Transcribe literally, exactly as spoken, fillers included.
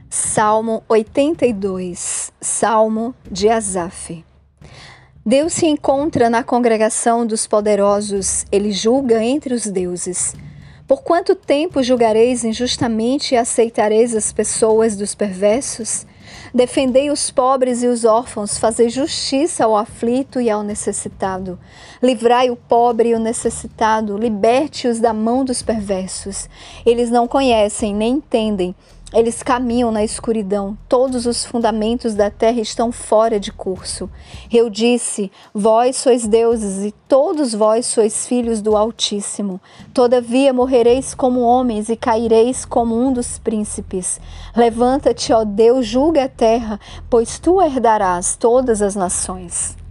Salmo oitenta e dois, Salmo de Asaf. Deus se encontra na congregação dos poderosos, ele julga entre os deuses. Por quanto tempo julgareis injustamente e aceitareis as pessoas dos perversos? Defendei os pobres e os órfãos, fazei justiça ao aflito e ao necessitado. Livrai o pobre e o necessitado, liberte-os da mão dos perversos. Eles não conhecem nem entendem, eles caminham na escuridão, todos os fundamentos da terra estão fora de curso. Eu disse, vós sois deuses e todos vós sois filhos do Altíssimo. Todavia morrereis como homens e caireis como um dos príncipes. Levanta-te, ó Deus, julga a terra, pois tu herdarás todas as nações.